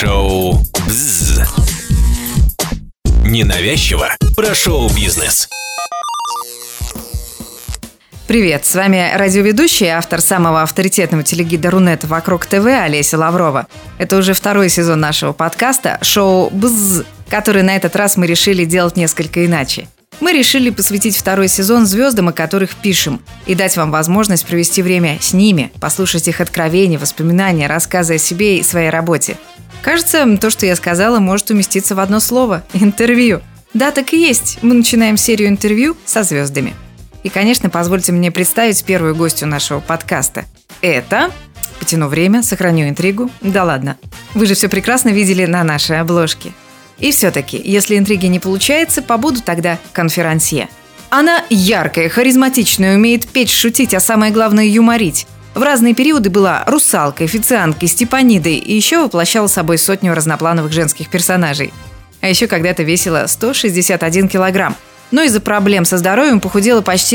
Шоу «Бзз». Ненавязчиво про шоу-бизнес. Привет, с вами радиоведущая, автор самого авторитетного телегида Рунета «Вокруг ТВ» Олеся Лаврова. Это уже второй сезон нашего подкаста «Шоу «Бзз», который на этот раз мы решили делать несколько иначе. Мы решили посвятить второй сезон звездам, о которых пишем, и дать вам возможность провести время с ними, послушать их откровения, воспоминания, рассказы о себе и своей работе. Кажется, то, что я сказала, может уместиться в одно слово – интервью. Да, так и есть. Мы начинаем серию интервью со звездами. И, конечно, позвольте мне представить первую гостью нашего подкаста. Это... Потяну время, сохраню интригу. Да ладно. Вы же все прекрасно видели на нашей обложке. И все-таки, если интриги не получается, побуду тогда конферансье. Она яркая, харизматичная, умеет петь, шутить, а самое главное – юморить. В разные периоды была русалкой, официанткой, степанидой и еще воплощала собой сотню разноплановых женских персонажей. А еще когда-то весила 161 килограмм. Но из-за проблем со здоровьем похудела почти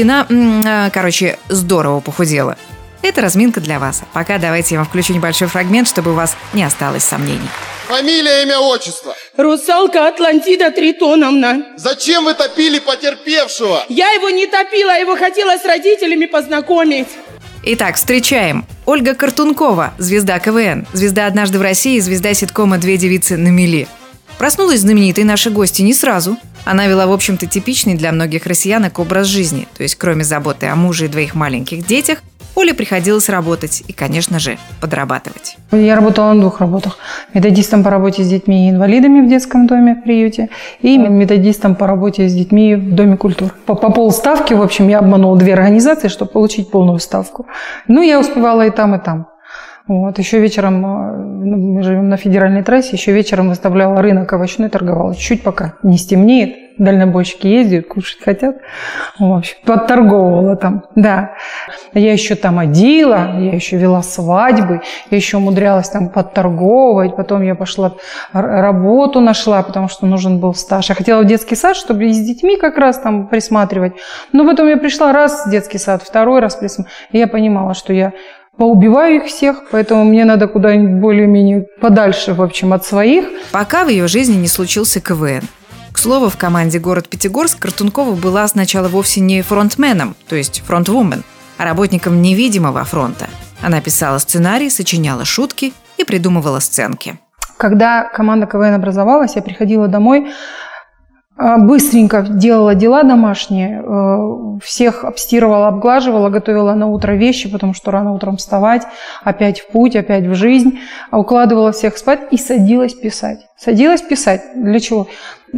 здорово похудела. Это разминка для вас. Пока давайте я вам включу небольшой фрагмент, чтобы у вас не осталось сомнений. Фамилия, имя, отчество. Русалка Атлантида Тритоновна. Зачем вы топили потерпевшего? Я его не топила, его хотела с родителями познакомить. Итак, встречаем. Ольга Картункова, звезда КВН, звезда «Однажды в России», звезда ситкома «Две девицы на мели». Проснулась знаменитой нашей гости не сразу. Она вела, в общем-то, типичный для многих россиянок образ жизни. То есть, кроме заботы о муже и двоих маленьких детях, Оле приходилось работать и, конечно же, подрабатывать. Я работала на двух работах. Методистом по работе с детьми и инвалидами в детском доме, в приюте, и методистом по работе с детьми в Доме культуры. По полставки, в общем, я обманула две организации, чтобы получить полную ставку. Я успевала и там, и там. Еще вечером, мы живем на федеральной трассе, еще вечером выставляла рынок овощной, торговала. Чуть пока не стемнеет, дальнобойщики ездят, кушать хотят. В общем, подторговывала там, да. Я еще там одела, я еще вела свадьбы, я еще умудрялась там подторговывать. Потом я пошла, работу нашла, потому что нужен был стаж. Я хотела в детский сад, чтобы и с детьми как раз там присматривать. Но потом я пришла раз в детский сад, второй раз присматривать. И я понимала, что я поубиваю их всех, поэтому мне надо куда-нибудь более-менее подальше, в общем, от своих. Пока в ее жизни не случился КВН. К слову, в команде «Город Пятигорск» Картункова была сначала вовсе не фронтменом, то есть фронтвумен, а работником невидимого фронта. Она писала сценарий, сочиняла шутки и придумывала сценки. Когда команда КВН образовалась, я приходила домой, быстренько делала дела домашние, всех обстирывала, обглаживала, готовила на утро вещи, потому что рано утром вставать, опять в путь, опять в жизнь, укладывала всех спать и садилась писать. Садилась писать. Для чего?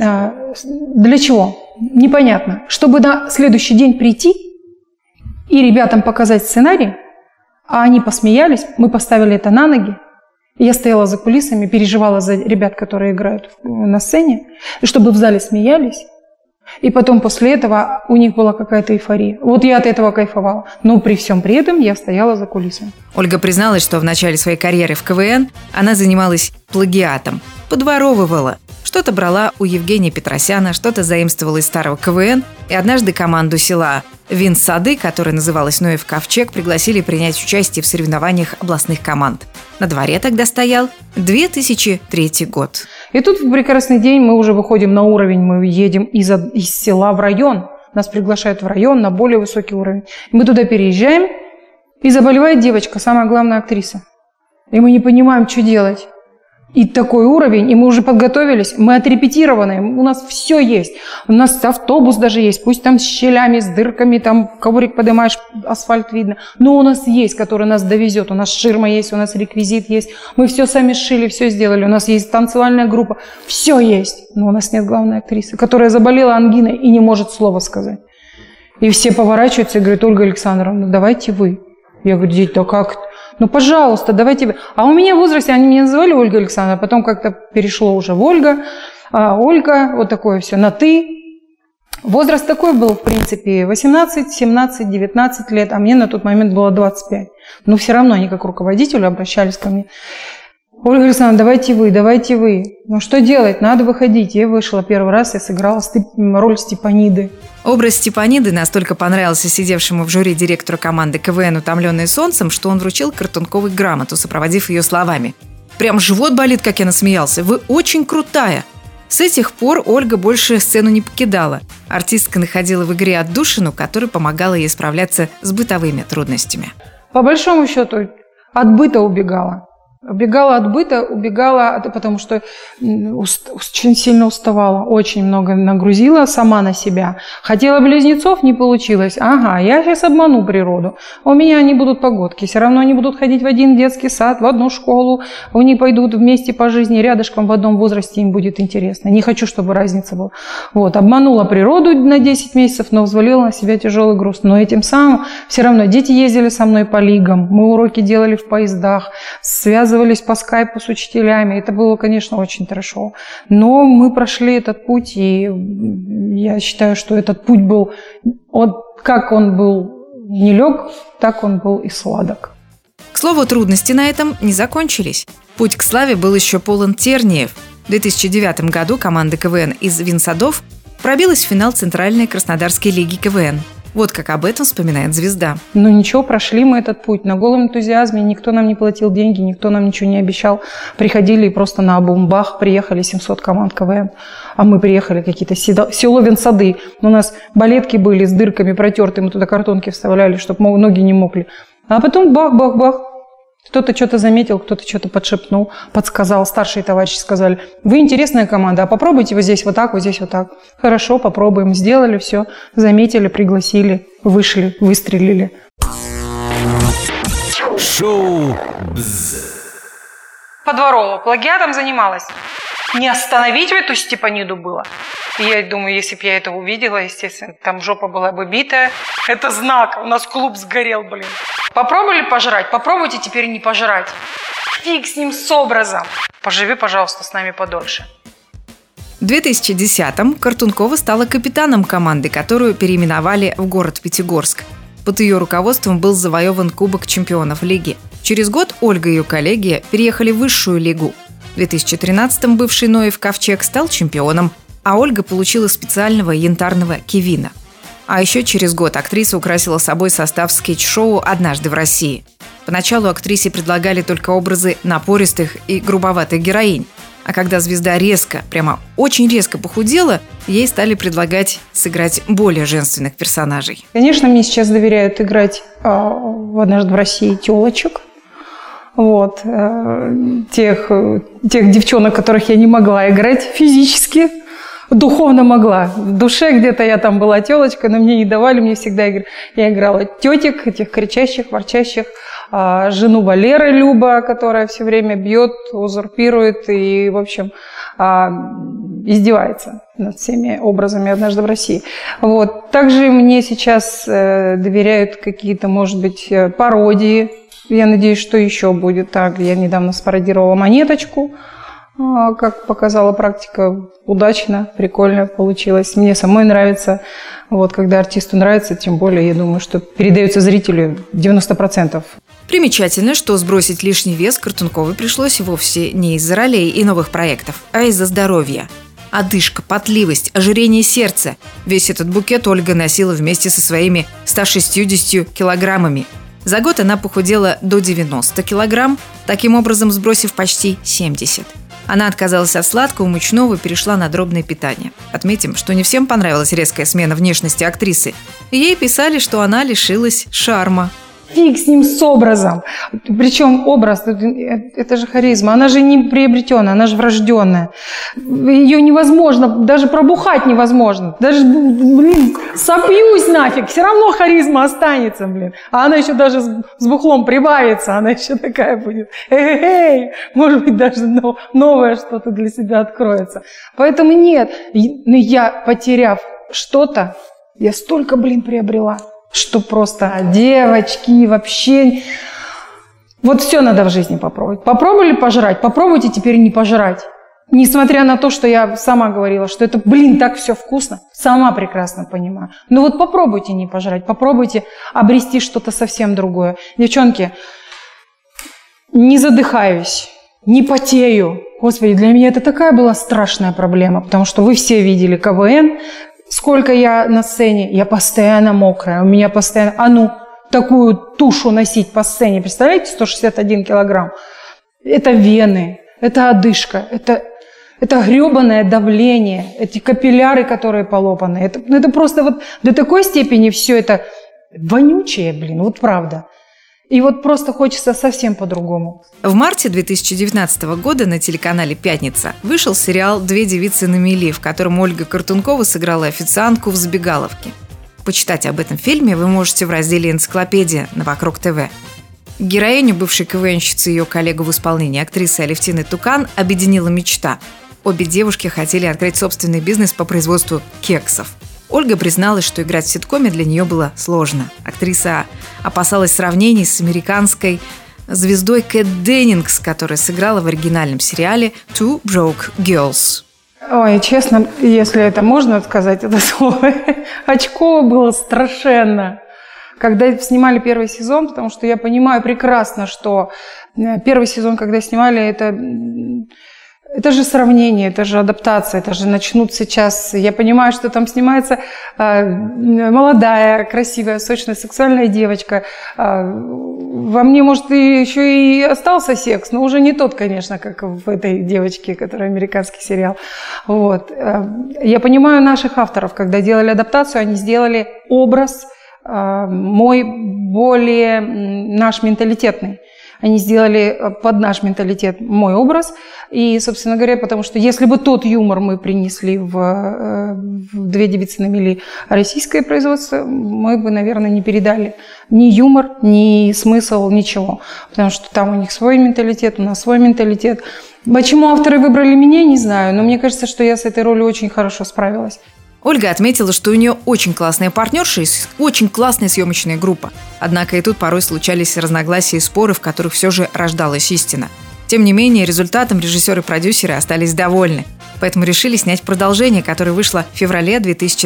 Для чего? Непонятно. Чтобы на следующий день прийти и ребятам показать сценарий, а они посмеялись, мы поставили это на ноги. Я стояла за кулисами, переживала за ребят, которые играют на сцене, и чтобы в зале смеялись. И потом после этого у них была какая-то эйфория. Я от этого кайфовала. Но при всем при этом я стояла за кулисами. Ольга призналась, что в начале своей карьеры в КВН она занималась плагиатом, подворовывала. Что-то брала у Евгения Петросяна, что-то заимствовала из старого КВН. И однажды команду села «Винсады», которая называлась «Ноев ковчег», пригласили принять участие в соревнованиях областных команд. На дворе тогда стоял 2003 год. И тут в прекрасный день мы уже выходим на уровень, мы едем из села в район. Нас приглашают в район на более высокий уровень. Мы туда переезжаем, и заболевает девочка, самая главная актриса. И мы не понимаем, что делать. И такой уровень, и мы уже подготовились, мы отрепетированы, у нас все есть. У нас автобус даже есть, пусть там с щелями, с дырками, там коврик поднимаешь, асфальт видно. Но у нас есть, который нас довезет, у нас ширма есть, у нас реквизит есть. Мы все сами сшили, все сделали, у нас есть танцевальная группа, все есть. Но у нас нет главной актрисы, которая заболела ангиной и не может слова сказать. И все поворачиваются и говорят: Ольга Александровна, давайте вы. Я говорю: дети, да как? Пожалуйста, давайте вы. А у меня в возрасте, они меня называли Ольга Александровна, потом как-то перешло уже в Ольга. Ольга, вот такое все, на «ты». Возраст такой был, в принципе, 18, 17, 19 лет, а мне на тот момент было 25. Но все равно они как руководителю обращались ко мне. Ольга Александровна, давайте вы. Что делать? Надо выходить. Я вышла первый раз, я сыграла роль Степаниды. Образ Степаниды настолько понравился сидевшему в жюри директору команды КВН «Утомленные солнцем», что он вручил Картунковой грамоту, сопроводив ее словами: Прям живот болит, как я насмеялся. Вы очень крутая. С этих пор Ольга больше сцену не покидала. Артистка находила в игре отдушину, которая помогала ей справляться с бытовыми трудностями. По большому счету, от быта убегала. Убегала, потому что очень сильно уставала, очень много нагрузила сама на себя. Хотела близнецов, не получилось. Ага, я сейчас обману природу. У меня они будут погодки, все равно они будут ходить в один детский сад, в одну школу, они пойдут вместе по жизни, рядышком в одном возрасте им будет интересно. Не хочу, чтобы разница была. Вот, обманула природу на 10 месяцев, но взвалила на себя тяжелый груз. Но этим самым все равно дети ездили со мной по лигам, мы уроки делали в поездах, связывались по скайпу с учителями. Это было, конечно, очень трэшово. Но мы прошли этот путь, и я считаю, что этот путь был, вот как он был нелег, так он был и сладок. К слову, трудности на этом не закончились. Путь к славе был еще полон терниев. В 2009 году команда КВН из Винсадов пробилась в финал Центральной Краснодарской лиги КВН. Вот как об этом вспоминает звезда. Ну ничего, прошли мы этот путь на голом энтузиазме, никто нам не платил деньги, никто нам ничего не обещал. Приходили и просто на бум-бах, приехали 700 команд КВН, а мы приехали какие-то село Винсады. У нас балетки были с дырками протертые, мы туда картонки вставляли, чтобы ноги не мокли. А потом бах-бах-бах. Кто-то что-то заметил, кто-то что-то подшепнул, подсказал. Старшие товарищи сказали: вы интересная команда, а попробуйте вот здесь вот так, вот здесь вот так. Хорошо, попробуем. Сделали все, заметили, пригласили, вышли, выстрелили. Шоу «Бзз». Подворова, плагиатом занималась. Не остановить в эту Степаниду было. И я думаю, если бы я это увидела, естественно, там жопа была бы битая. Это знак, у нас клуб сгорел, блин. Попробовали пожрать? Попробуйте теперь не пожрать. Фиг с ним с образом. Поживи, пожалуйста, с нами подольше. В 2010-м Картункова стала капитаном команды, которую переименовали в город Пятигорск. Под ее руководством был завоеван Кубок чемпионов лиги. Через год Ольга и ее коллеги переехали в высшую лигу. В 2013-м бывший Ноев Ковчег стал чемпионом, а Ольга получила специального янтарного кивина. А еще через год актриса украсила собой состав скетч-шоу «Однажды в России». Поначалу актрисе предлагали только образы напористых и грубоватых героинь. А когда звезда резко, прямо очень резко похудела, ей стали предлагать сыграть более женственных персонажей. Конечно, мне сейчас доверяют играть в «Однажды в России» тёлочек. Вот. Тех девчонок, которых я не могла играть физически. Духовно могла. В душе где-то я там была тёлочка, но мне не давали, мне всегда я играла тетек, этих кричащих, ворчащих, жену Валеры Люба, которая все время бьет, узурпирует и, в общем, издевается над всеми образами «Однажды в России». Вот. Также мне сейчас доверяют какие-то, может быть, пародии. Я надеюсь, что еще будет так. Я недавно спародировала «Монеточку». Как показала практика, удачно, прикольно получилось. Мне самой нравится. Вот, когда артисту нравится, тем более, я думаю, что передается зрителю 90%. Примечательно, что сбросить лишний вес Картунковой пришлось вовсе не из-за ролей и новых проектов, а из-за здоровья. Одышка, потливость, ожирение сердца – весь этот букет Ольга носила вместе со своими 160 килограммами. За год она похудела до 90 килограмм, таким образом сбросив почти 70. Она отказалась от сладкого, мучного и перешла на дробное питание. Отметим, что не всем понравилась резкая смена внешности актрисы. Ей писали, что она лишилась шарма. Фиг с ним с образом. Причем образ, это же харизма. Она же не приобретенная, она же врожденная. Ее невозможно, даже пробухать невозможно. Даже, сопьюсь нафиг, все равно харизма останется, А она еще даже с бухлом прибавится, она еще такая будет. Эй, может быть, даже новое что-то для себя откроется. Поэтому нет, я, потеряв что-то, я столько, приобрела. Что просто девочки вообще... Вот все надо в жизни попробовать. Попробовали пожрать, попробуйте теперь не пожрать. Несмотря на то, что я сама говорила, что это, так все вкусно. Сама прекрасно понимаю. Но вот попробуйте не пожрать, попробуйте обрести что-то совсем другое. Девчонки, не задыхаюсь, не потею. Господи, для меня это такая была страшная проблема, потому что вы все видели КВН. Сколько я на сцене, я постоянно мокрая, у меня постоянно... такую тушу носить по сцене, представляете, 161 килограмм. Это вены, это одышка, это гребаное давление, эти капилляры, которые полопаны. Это просто вот до такой степени все это вонючее, вот правда. И вот просто хочется совсем по-другому. В марте 2019 года на телеканале «Пятница» вышел сериал «Две девицы на мели», в котором Ольга Картункова сыграла официантку в забегаловке. Почитать об этом фильме вы можете в разделе «Энциклопедия» на Вокруг ТВ. Героиню бывшей КВНщицы и ее коллегу в исполнении актрисы Алевтины Тукан объединила мечта. Обе девушки хотели открыть собственный бизнес по производству кексов. Ольга призналась, что играть в ситкоме для нее было сложно. Актриса опасалась сравнений с американской звездой Кэт Деннингс, которая сыграла в оригинальном сериале «Two Broke Girls». Ой, честно, если это можно сказать, это слово, очково было страшенно. Когда снимали первый сезон, потому что я понимаю прекрасно, что первый сезон, когда снимали, это же сравнение, это же адаптация, это же начнут сейчас. Я понимаю, что там снимается молодая, красивая, сочная, сексуальная девочка. Во мне, может, еще и остался секс, но уже не тот, конечно, как в этой девочке, которая американский сериал. Вот. Я понимаю наших авторов, когда делали адаптацию, они сделали образ мой более наш менталитетный. Они сделали под наш менталитет мой образ. И, собственно говоря, потому что если бы тот юмор мы принесли в «Две девицы на мели» российское производство, мы бы, наверное, не передали ни юмор, ни смысл, ничего. Потому что там у них свой менталитет, у нас свой менталитет. Почему авторы выбрали меня, не знаю. Но мне кажется, что я с этой ролью очень хорошо справилась. Ольга отметила, что у нее очень классная партнерша и очень классная съемочная группа. Однако и тут порой случались разногласия и споры, в которых все же рождалась истина. Тем не менее, результатом режиссеры и продюсеры остались довольны. Поэтому решили снять продолжение, которое вышло в феврале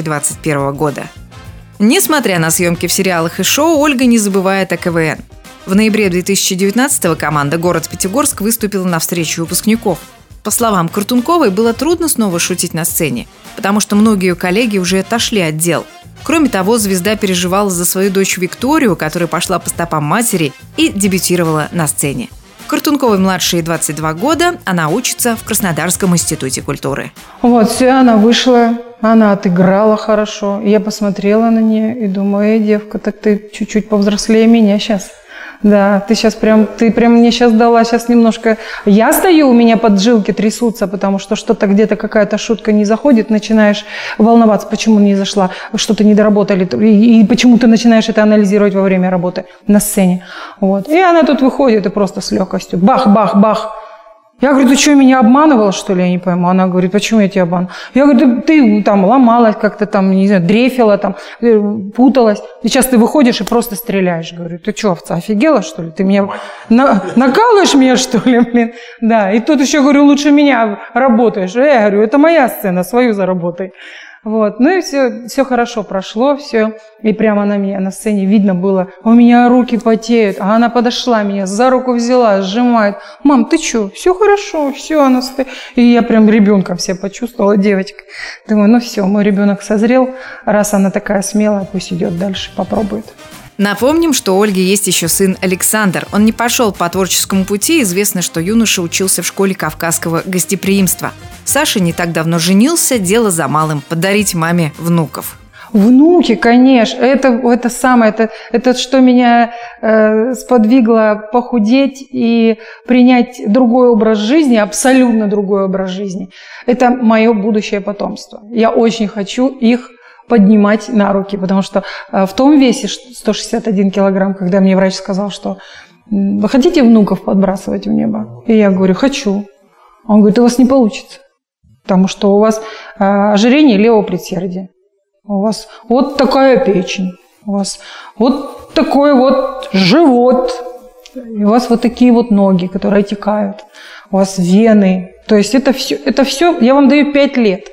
2021 года. Несмотря на съемки в сериалах и шоу, Ольга не забывает о КВН. В ноябре 2019-го команда «Город Пятигорск» выступила на встрече выпускников. По словам Картунковой, было трудно снова шутить на сцене, потому что многие ее коллеги уже отошли от дел. Кроме того, звезда переживала за свою дочь Викторию, которая пошла по стопам матери и дебютировала на сцене. Картунковой-младшей 22 года, она учится в Краснодарском институте культуры. Вот, все, она вышла, она отыграла хорошо. Я посмотрела на нее и думаю, девка, так ты чуть-чуть повзрослее меня сейчас. Да, ты прям мне сейчас дала, сейчас немножко... Я стою, у меня поджилки трясутся, потому что что-то где-то какая-то шутка не заходит, начинаешь волноваться, почему не зашла, что-то не доработали, и почему ты начинаешь это анализировать во время работы на сцене. Вот. И она тут выходит и просто с легкостью бах-бах-бах. Я говорю, ты что, меня обманывала, что ли, я не пойму. Она говорит, почему я тебя обманывала? Я говорю, ты там ломалась как-то там, не знаю, дрейфила там, путалась. И сейчас ты выходишь и просто стреляешь. Говорю, ты что, овца, офигела, что ли? Ты меня накалываешь меня, что ли, блин? Да, и тут еще, говорю, лучше меня работаешь. Я говорю, это моя сцена, свою заработай. Вот, ну и все хорошо прошло, все. И прямо на меня на сцене видно было, у меня руки потеют. А она подошла, меня за руку взяла, сжимает. Мам, ты что? Все хорошо, все, она стоит. И я прям ребенком себя почувствовала, девочкой. Думаю, ну все, мой ребенок созрел. Раз она такая смелая, пусть идет дальше, попробует. Напомним, что у Ольги есть еще сын Александр. Он не пошел по творческому пути. Известно, что юноша учился в школе кавказского гостеприимства. Саша не так давно женился. Дело за малым – подарить маме внуков. Внуки, конечно. Это самое, это что меня сподвигло похудеть и принять другой образ жизни, абсолютно другой образ жизни. Это мое будущее потомство. Я очень хочу их поднимать на руки, потому что в том весе 161 килограмм, когда мне врач сказал, что вы хотите внуков подбрасывать в небо? И я говорю, хочу. Он говорит, у вас не получится, потому что у вас ожирение левого предсердия, у вас вот такая печень, у вас вот такой вот живот, и у вас вот такие вот ноги, которые отекают, у вас вены. То есть это все, я вам даю 5 лет.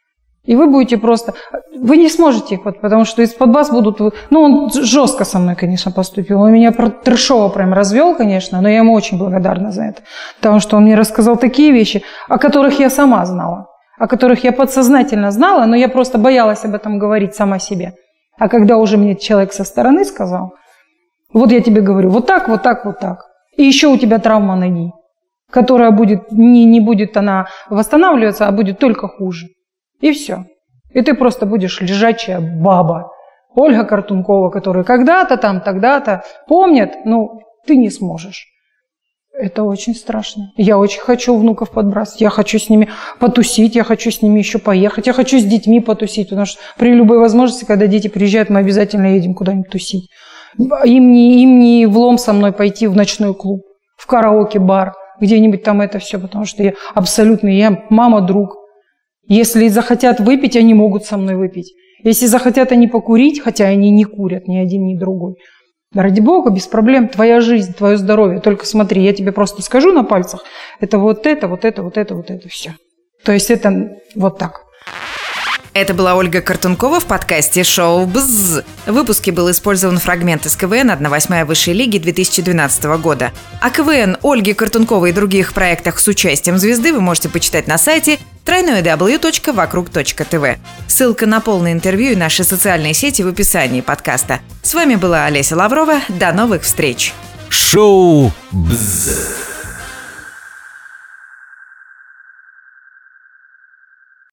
И вы будете просто... Вы не сможете их, потому что из-под вас будут... Ну, он жестко со мной, конечно, поступил. Он меня трешово прям развел, конечно, но я ему очень благодарна за это. Потому что он мне рассказал такие вещи, о которых я сама знала. О которых я подсознательно знала, но я просто боялась об этом говорить сама себе. А когда уже мне человек со стороны сказал, вот я тебе говорю, вот так, вот так, вот так. И еще у тебя травма ноги. которая будет, не будет она восстанавливаться, а будет только хуже. И все. И ты просто будешь лежачая баба. Ольга Картункова, которую когда-то там, тогда-то помнят, ты не сможешь. Это очень страшно. Я очень хочу внуков подбрасывать, я хочу с ними потусить, я хочу с ними еще поехать, я хочу с детьми потусить, потому что при любой возможности, когда дети приезжают, мы обязательно едем куда-нибудь тусить. Им не влом со мной пойти в ночной клуб, в караоке-бар, где-нибудь там это все, потому что я мама-друг. Если захотят выпить, они могут со мной выпить. Если захотят они покурить, хотя они не курят, ни один, ни другой. Да ради бога, без проблем, твоя жизнь, твое здоровье. Только смотри, я тебе просто скажу на пальцах, это вот это, все. То есть это вот так. Это была Ольга Картункова в подкасте «Шоу БЗ». В выпуске был использован фрагмент из КВН 1/8 высшей лиги 2012 года. О КВН Ольги Картунковой и других проектах с участием звезды вы можете почитать на сайте www.вокруг.тв. Ссылка на полное интервью и наши социальные сети в описании подкаста. С вами была Олеся Лаврова. До новых встреч! Шоу БЗ.